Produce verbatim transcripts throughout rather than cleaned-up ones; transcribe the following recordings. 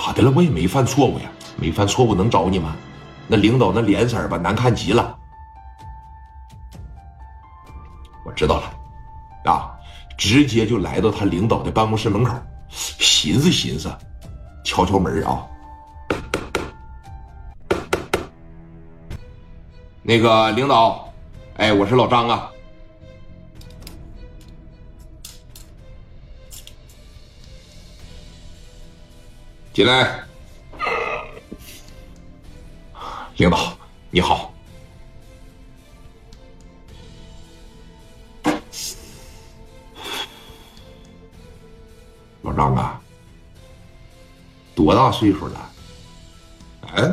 咋的了？我也没犯错误呀，没犯错误能找你吗？那领导那脸色吧，难看极了。我知道了，啊，直接就来到他领导的办公室门口，寻思寻思，敲敲门啊。那个领导，哎，我是老张啊。进来。领导你好。老张啊，多大岁数了？哎，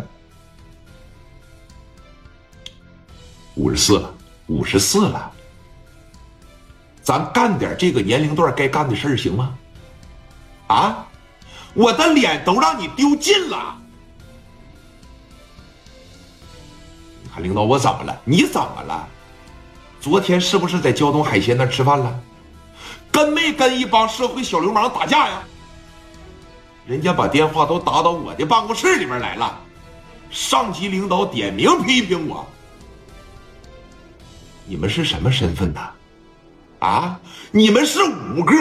五十四了，五十四了。咱干点这个年龄段该干的事儿行吗？啊，我的脸都让你丢尽了。你看领导我怎么了？你怎么了？昨天是不是在胶东海鲜那吃饭了？跟没跟一帮社会小流氓打架呀？人家把电话都打到我的办公室里边来了，上级领导点名批评我。你们是什么身份呢？啊，你们是五个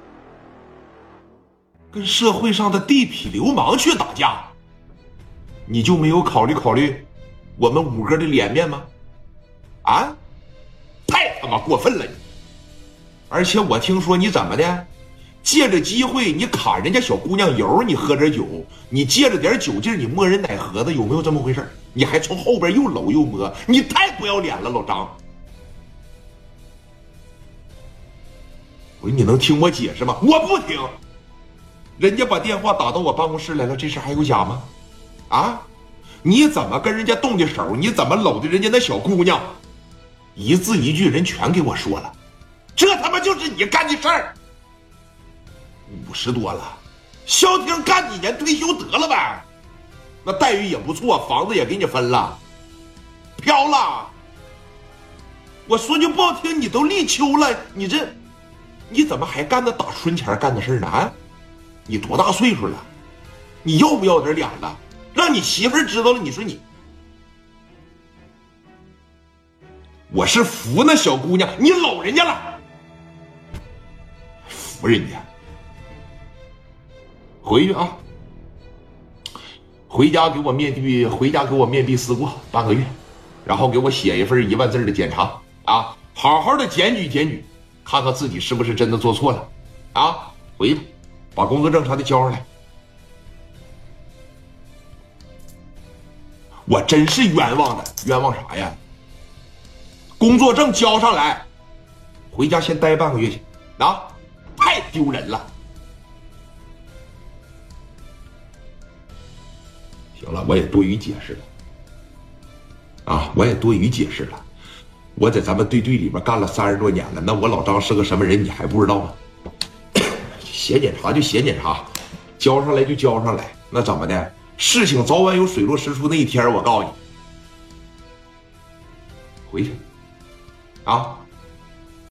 跟社会上的地痞流氓去打架，你就没有考虑考虑我们五个的脸面吗？啊，太他妈过分了你！而且我听说你怎么的，借着机会你卡人家小姑娘油，你喝点酒，你借着点酒劲，你摸人奶盒子，有没有这么回事？你还从后边又搂又摸，你太不要脸了，老张！我说你能听我解释吗？我不听。人家把电话打到我办公室来了，这事还有假吗？啊，你怎么跟人家动的手？你怎么搂的人家那小姑娘？一字一句人全给我说了。这他妈就是你干的事儿！五十多了，消停干几年退休得了呗，那待遇也不错，房子也给你分了，飘了。我说句不好听，你都立秋了，你这，你怎么还干那打春前干的事呢？啊，你多大岁数了？你要不要点脸了？让你媳妇儿知道了，你说你，我是服那小姑娘，你搂人家了。服人家，回去啊！回家给我面壁，回家给我面壁思过半个月，然后给我写一份一万字的检查啊，好好的检举检举，看看自己是不是真的做错了啊！回去吧，把工作证啥的交上来。我真是冤枉的，冤枉啥呀？工作证交上来，回家先待半个月去啊！太丢人了。行了，我也多余解释了啊，我也多余解释了。我在咱们队队里边干了三十多年了，那我老张是个什么人，你还不知道吗？写检查就写检查，交上来就交上来，那怎么的？事情早晚有水落石出那一天，我告诉你。回去啊！